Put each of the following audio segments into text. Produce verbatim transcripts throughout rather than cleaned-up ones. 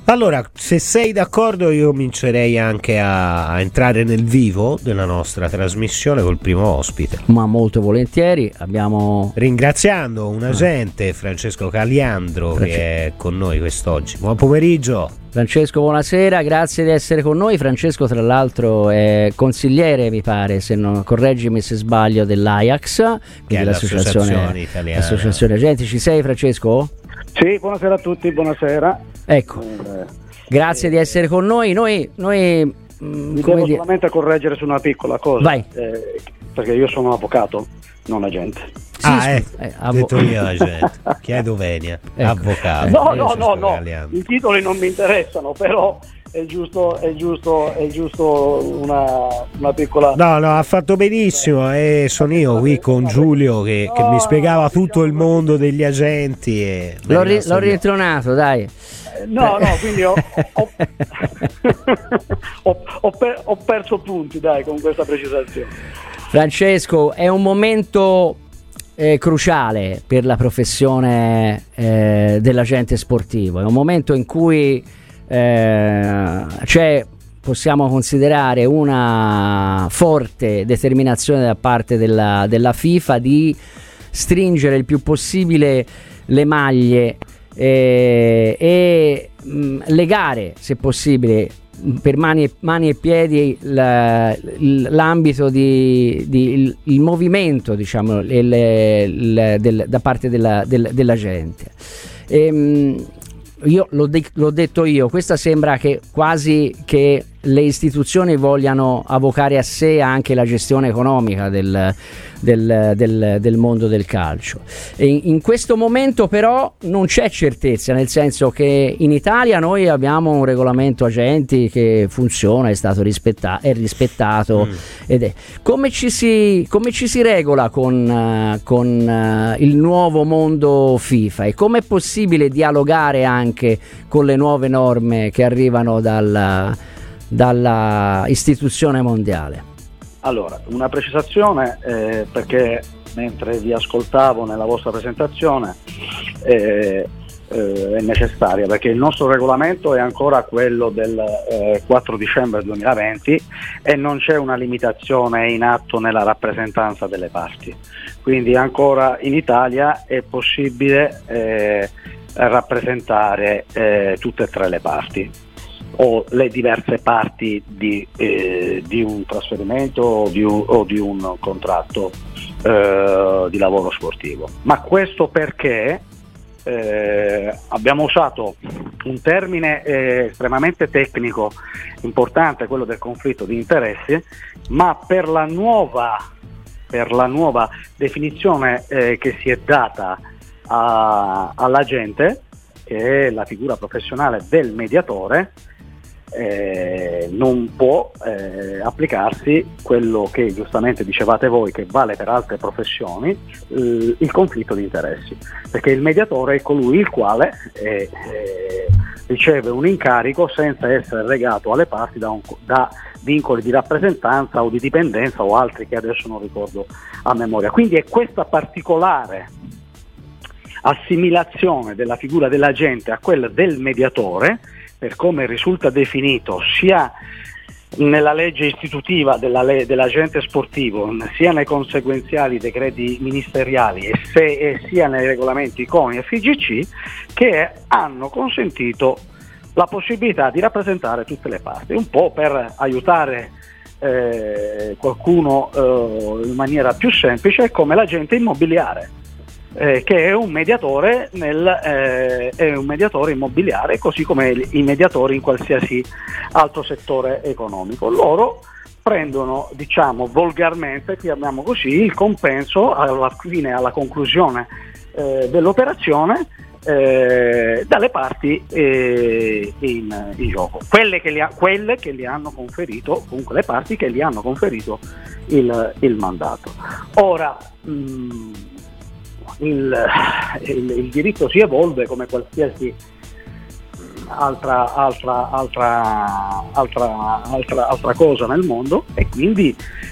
Allora, se sei d'accordo, io comincerei anche a, a entrare nel vivo della nostra trasmissione col primo ospite. Ma molto volentieri. Abbiamo ringraziando un agente, Francesco Caliandro, Francesco, che è con noi quest'oggi. Buon pomeriggio. Francesco, buonasera, grazie di essere con noi. Francesco, tra l'altro, è consigliere, mi pare, se non correggimi se sbaglio, dell'Ajax, che è l'associazione italiana. Associazione Agenti. Ci sei, Francesco? Sì, buonasera a tutti, buonasera. Ecco, eh, grazie eh, di essere con noi. Noi, noi mi devo dire... solamente correggere su una piccola cosa. Vai. Eh, perché io sono avvocato, non agente. Sì, ah, eh, eh, avvo- detto io agente. Chiedo venia, ecco. Avvocato. No, no, no, no. I titoli non mi interessano, però è giusto, è giusto, è giusto una, una piccola. No, no, ha fatto benissimo. E sono io qui con Giulio che, che mi spiegava tutto il mondo degli agenti. E l'ho, ri- l'ho ritronato, dai. No, no, quindi ho, ho, ho, ho, per, ho perso punti, dai, con questa precisazione. Francesco, è un momento eh, cruciale per la professione eh, dell'agente sportivo. È un momento in cui eh, c'è, possiamo considerare, una forte determinazione da parte della, della FIFA di stringere il più possibile le maglie e, e mh, legare, se possibile, per mani e, mani e piedi la, l'ambito di, di il, il movimento, diciamo, il, il, del, da parte della, del, della gente. E, mh, io l'ho, de- l'ho detto io, questa sembra che quasi che le istituzioni vogliano avvocare a sé anche la gestione economica del, del, del, del mondo del calcio. E in, in questo momento però non c'è certezza, nel senso che in Italia noi abbiamo un regolamento agenti che funziona, è stato rispettato, è rispettato mm. ed è. Come ci si, come ci si regola con, uh, con uh, il nuovo mondo FIFA e come è possibile dialogare anche con le nuove norme che arrivano dal dalla istituzione mondiale? Allora, una precisazione, eh, perché mentre vi ascoltavo nella vostra presentazione eh, eh, è necessaria, perché il nostro regolamento è ancora quello del eh, quattro dicembre duemilaventi e non c'è una limitazione in atto nella rappresentanza delle parti, quindi ancora in Italia è possibile eh, rappresentare eh, tutte e tre le parti o le diverse parti di, eh, di un trasferimento o di un, o di un contratto eh, di lavoro sportivo. Ma questo perché eh, abbiamo usato un termine eh, estremamente tecnico, importante, quello del conflitto di interessi, ma per la nuova, per la nuova definizione eh, che si è data a, all'agente, che è la figura professionale del mediatore, Eh, non può eh, applicarsi quello che giustamente dicevate voi, che vale per altre professioni, eh, il conflitto di interessi, perché il mediatore è colui il quale eh, eh, riceve un incarico senza essere legato alle parti da, un, da vincoli di rappresentanza o di dipendenza o altri che adesso non ricordo a memoria. Quindi è questa particolare assimilazione della figura dell'agente a quella del mediatore, per come risulta definito sia nella legge istitutiva della le- dell'agente sportivo, sia nei conseguenziali decreti ministeriali e, se- e sia nei regolamenti C O N I e F I G C, che hanno consentito la possibilità di rappresentare tutte le parti, un po' per aiutare eh, qualcuno eh, in maniera più semplice, come l'agente immobiliare. Eh, che è un mediatore nel, eh, è un mediatore immobiliare, così come i mediatori in qualsiasi altro settore economico. Loro prendono, diciamo volgarmente, chiamiamo così, il compenso alla fine, alla conclusione eh, dell'operazione eh, dalle parti eh, in, in gioco, quelle che, li ha, quelle che li hanno conferito, comunque le parti che gli hanno conferito il, il mandato. Ora mh, Il, il, il diritto si evolve come qualsiasi altra, altra, altra, altra, altra, altra cosa nel mondo, e quindi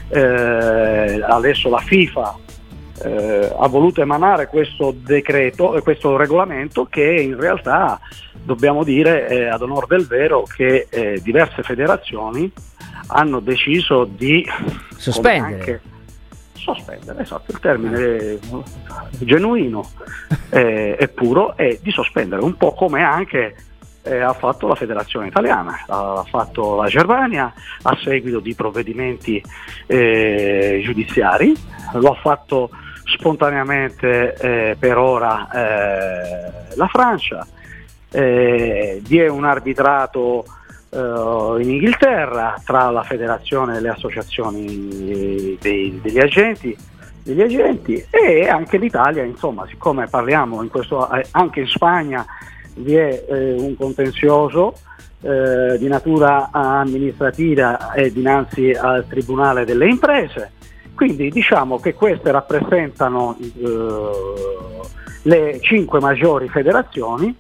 eh, adesso la FIFA eh, ha voluto emanare questo decreto, questo regolamento, che in realtà dobbiamo dire eh, ad onor del vero che eh, diverse federazioni hanno deciso di sospendere. Anche, sospendere, esatto, il termine genuino eh, e puro è di sospendere, un po' come anche eh, ha fatto la federazione italiana, ha fatto la Germania a seguito di provvedimenti eh, giudiziari, lo ha fatto spontaneamente eh, per ora eh, la Francia, eh, vi è un arbitrato eh, in Inghilterra tra la federazione e le associazioni dei, degli agenti degli agenti e anche l'Italia, insomma, siccome parliamo in questo, eh, anche in Spagna vi è eh, un contenzioso eh, di natura amministrativa e dinanzi al Tribunale delle Imprese, quindi diciamo che queste rappresentano eh, le cinque maggiori federazioni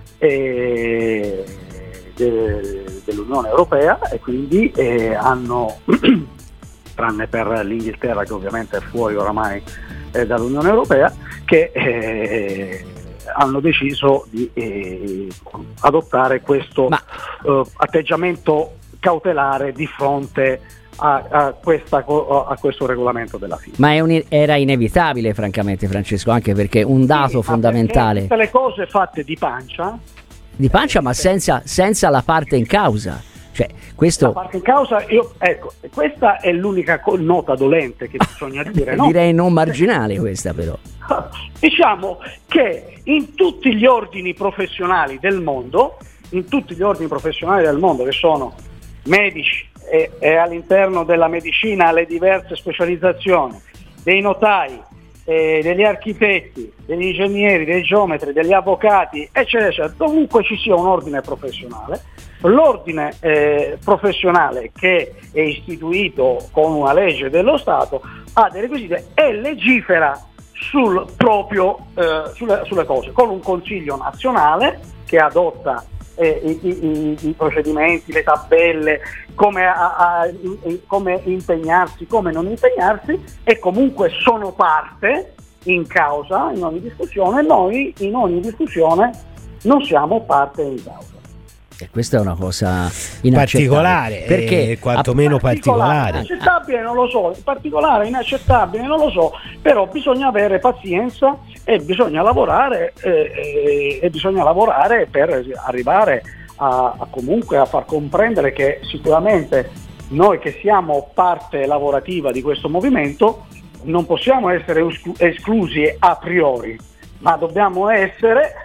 eh, de, dell'Unione Europea e quindi eh, hanno tranne per l'Inghilterra che ovviamente è fuori oramai eh, dall'Unione Europea, che eh, hanno deciso di eh, adottare questo Ma... eh, atteggiamento cautelare di fronte a, a, questa, a questo regolamento della FIFA. Ma è un, era inevitabile, francamente, Francesco, anche perché un dato sì, fondamentale. Tutte le cose fatte di pancia, di pancia, ma senza, senza la parte in causa. Cioè, questo... La parte in causa, io, ecco, questa è l'unica nota dolente che bisogna dire, no? Direi non marginale questa, però. Diciamo che in tutti gli ordini professionali del mondo, in tutti gli ordini professionali del mondo che sono medici e, e all'interno della medicina le diverse specializzazioni, dei notai, eh, degli architetti, degli ingegneri, dei geometri, degli avvocati, eccetera, eccetera, dovunque ci sia un ordine professionale, l'ordine eh, professionale che è istituito con una legge dello Stato ha dei requisiti e legifera sul proprio, eh, sulle, sulle cose, con un consiglio nazionale che adotta eh, i, i, i procedimenti, le tabelle, come, a, a, in, come impegnarsi, come non impegnarsi, e comunque sono parte in causa in ogni discussione. Noi in ogni discussione non siamo parte in causa. E questa è una cosa particolare, perché eh, quantomeno particolare. Inaccettabile non lo so, particolare, inaccettabile non lo so, però bisogna avere pazienza e bisogna lavorare eh, e bisogna lavorare per arrivare a, a comunque a far comprendere che sicuramente noi che siamo parte lavorativa di questo movimento non possiamo essere esclusi a priori, ma dobbiamo essere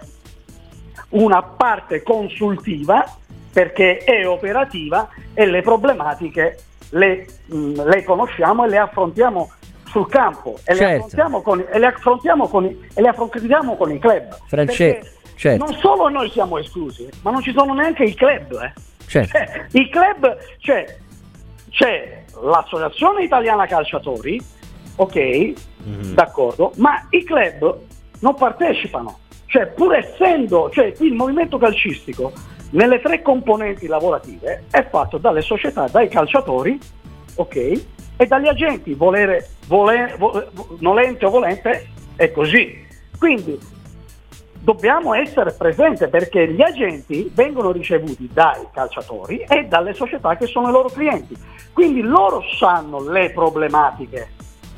una parte consultiva perché è operativa e le problematiche le, mh, le conosciamo e le affrontiamo sul campo e, certo. le, affrontiamo con, e le affrontiamo con i, e le affrontiamo con i club. France- certo. Non solo noi siamo esclusi, ma non ci sono neanche i club. Eh. Certo. Cioè, i club, cioè, c'è l'Associazione Italiana Calciatori, ok, mm-hmm. d'accordo, ma i club non partecipano. Cioè, pur essendo, cioè il movimento calcistico nelle tre componenti lavorative è fatto dalle società, dai calciatori, ok, e dagli agenti, volere, volere, volere, nolente o volente, è così. Quindi dobbiamo essere presenti perché gli agenti vengono ricevuti dai calciatori e dalle società che sono i loro clienti. Quindi loro sanno le problematiche.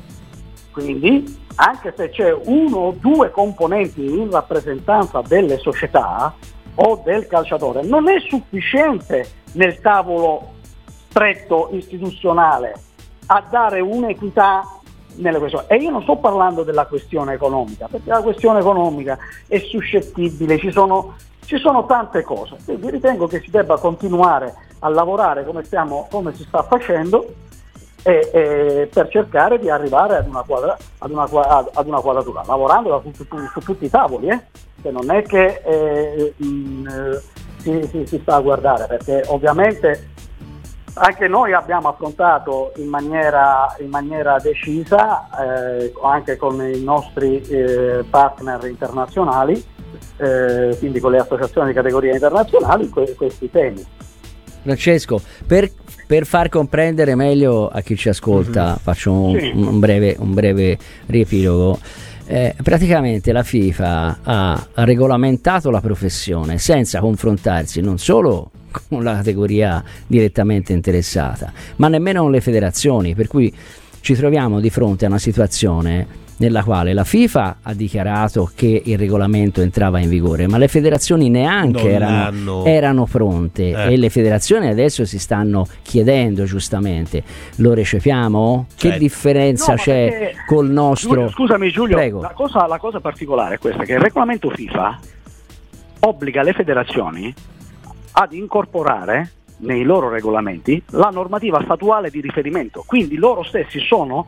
Quindi anche se c'è uno o due componenti in rappresentanza delle società o del calciatore, non è sufficiente nel tavolo stretto istituzionale a dare un'equità nelle questioni. E io non sto parlando della questione economica, perché la questione economica è suscettibile, ci sono, ci sono tante cose. Quindi ritengo che si debba continuare a lavorare come, stiamo, come si sta facendo, E, e per cercare di arrivare ad una, quadra, ad una, ad una quadratura, lavorando da, su, su, su tutti i tavoli, eh? Che non è che eh, mh, si, si, si sta a guardare, perché ovviamente anche noi abbiamo affrontato in maniera, in maniera decisa, eh, anche con i nostri eh, partner internazionali, eh, quindi con le associazioni di categoria internazionali, que- questi temi. Francesco, per Per far comprendere meglio a chi ci ascolta, mm-hmm. faccio un, sì. un, breve, un breve riepilogo. Eh, praticamente la FIFA ha regolamentato la professione senza confrontarsi non solo con la categoria direttamente interessata, ma nemmeno con le federazioni, per cui ci troviamo di fronte a una situazione nella quale la FIFA ha dichiarato che il regolamento entrava in vigore, ma le federazioni neanche erano, erano pronte, eh. e le federazioni adesso si stanno chiedendo giustamente: lo recepiamo? Cioè, che differenza no, c'è col nostro... Giulio, scusami Giulio, Prego. La, cosa, la cosa particolare è questa, che il regolamento FIFA obbliga le federazioni ad incorporare nei loro regolamenti la normativa statuale di riferimento, quindi loro stessi sono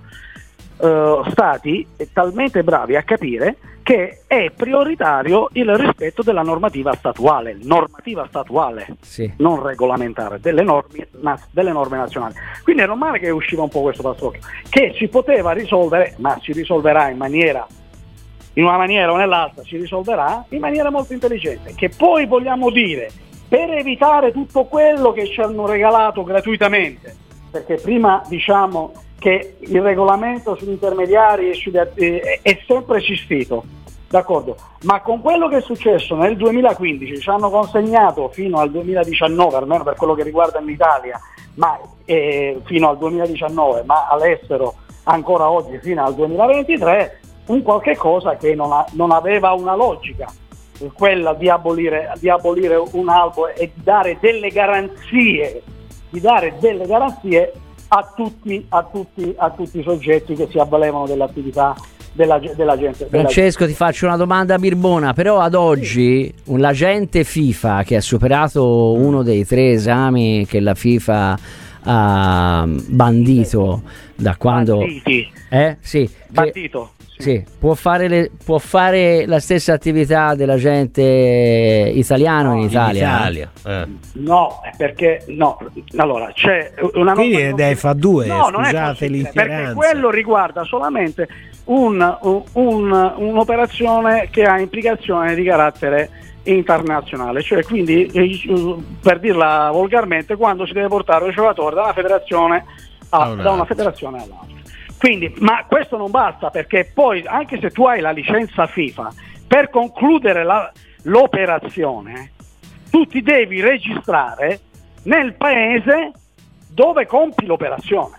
Uh, stati talmente bravi a capire che è prioritario il rispetto della normativa statuale, normativa statuale, sì. non regolamentare, delle norme, na, delle norme nazionali. Quindi è normale che usciva un po' questo pastrocchio, che si poteva risolvere, ma si risolverà in maniera, in una maniera o nell'altra, si risolverà in maniera molto intelligente. Che poi vogliamo dire, per evitare tutto quello che ci hanno regalato gratuitamente, perché prima diciamo che il regolamento sugli intermediari e sugli, eh, è sempre esistito, d'accordo? Ma con quello che è successo nel duemilaquindici ci hanno consegnato fino al duemiladiciannove, almeno per quello che riguarda l'Italia, ma eh, fino al duemiladiciannove, ma all'estero ancora oggi fino al duemilaventitré, un qualche cosa che non, ha, non aveva una logica, quella di abolire, di abolire un albo e di dare delle garanzie, di dare delle garanzie a tutti, a tutti, a tutti i soggetti che si avvalevano dell'attività della, della gente. Francesco, della... ti faccio una domanda birbona, però ad oggi sì. l'agente FIFA che ha superato uno dei tre esami che la FIFA ha bandito da quando... Banditi. Eh? Sì. Bandito. Sì, può fare, le, può fare la stessa attività dell'agente italiano no, in Italia? In Italia. Eh. No, perché no. Allora c'è una quindi è da F A due, no, scusate l'ignoranza. Perché quello riguarda solamente un, un, un, un'operazione che ha implicazione di carattere internazionale, cioè quindi per dirla volgarmente, quando si deve portare un giocatore da una federazione a, oh, no. da una federazione all'altra. Quindi, ma questo non basta, perché poi anche se tu hai la licenza FIFA, per concludere la, l'operazione tu ti devi registrare nel paese dove compi l'operazione.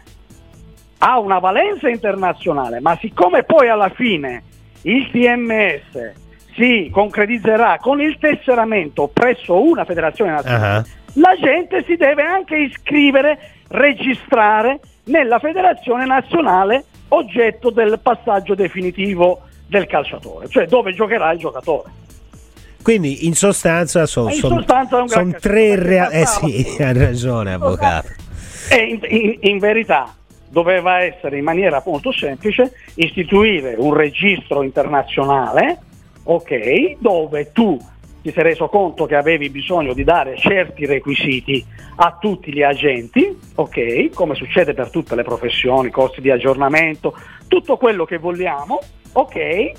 Ha una valenza internazionale, ma siccome poi alla fine il T M S si concretizzerà con il tesseramento presso una federazione nazionale, uh-huh. la gente si deve anche iscrivere, registrare nella federazione nazionale oggetto del passaggio definitivo del calciatore, cioè dove giocherà il giocatore. Quindi in sostanza sono son, son son tre rea- eh sì, ha ragione avvocato. E in, in, in verità doveva essere in maniera molto semplice istituire un registro internazionale, ok, dove tu ti sei reso conto che avevi bisogno di dare certi requisiti a tutti gli agenti, ok, come succede per tutte le professioni, costi di aggiornamento, tutto quello che vogliamo, ok,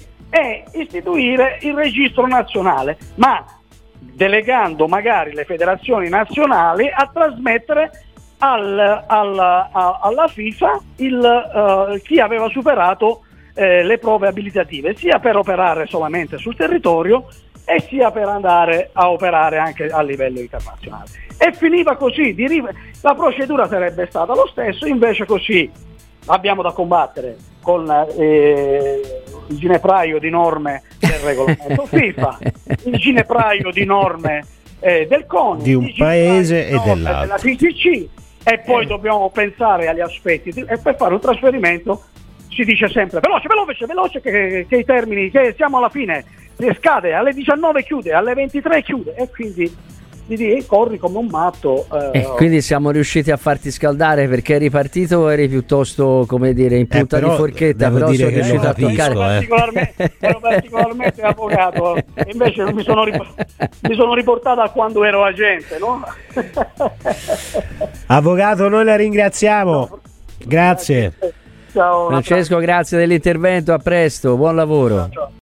e istituire il registro nazionale, ma delegando magari le federazioni nazionali a trasmettere al, al, a, alla FIFA il, uh, chi aveva superato eh, le prove abilitative, sia per operare solamente sul territorio e sia per andare a operare anche a livello internazionale. E finiva così, di rive- la procedura sarebbe stata lo stesso, invece così abbiamo da combattere con eh, il ginepraio di norme del regolamento FIFA, il ginepraio di norme eh, del CONI, di un paese e dell'altro, della T C C, e poi eh. dobbiamo pensare agli aspetti di- e per fare un trasferimento si dice sempre veloce, veloce, veloce che, che i termini, che siamo alla fine, scade alle diciannove, chiude alle ventitré, chiude, e quindi ti corri come un matto. Eh, eh, quindi siamo riusciti a farti scaldare, perché eri partito o eri piuttosto, come dire, in punta eh, di forchetta, però sono riuscito a toccare. Ero particolarmente, ero particolarmente avvocato, invece mi sono, rip- mi sono riportato a quando ero agente, no? Avvocato, noi la ringraziamo. No, grazie. Ciao, Francesco, grazie dell'intervento, a presto, buon lavoro. Ciao, ciao.